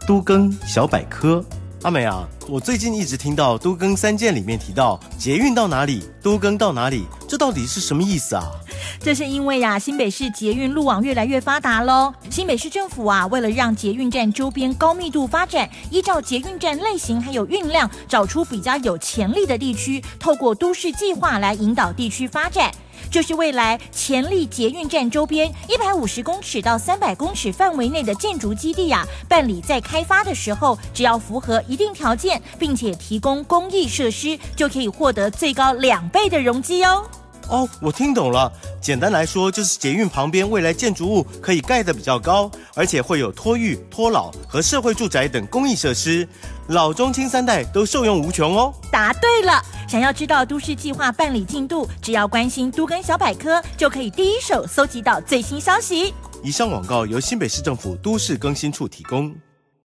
都更小百科。阿美啊，我最近一直听到都更3件里面提到捷运到哪里，都更到哪里，这到底是什么意思啊？ 这是因为新北市捷运路网越来越发达咯。新北市政府为了让捷运站周边高密度发展，依照捷运站类型还有运量，找出比较有潜力的地区，透过都市计划来引导地区发展。就是未来潜力捷运站周边150公尺到300公尺范围内的建筑基地办理在开发的时候，只要符合一定条件，并且提供公益设施，就可以获得最高2倍的容积哦。 我听懂了。简单来说，就是捷运旁边未来建筑物可以盖得比较高，而且会有托育、托老和社会住宅等公益设施，老中青3代都受用无穷哦。 答对了！想要知道都市计划办理进度，只要关心都更小百科，就可以第一手搜集到最新消息。 以上广告由新北市政府都市更新处提供。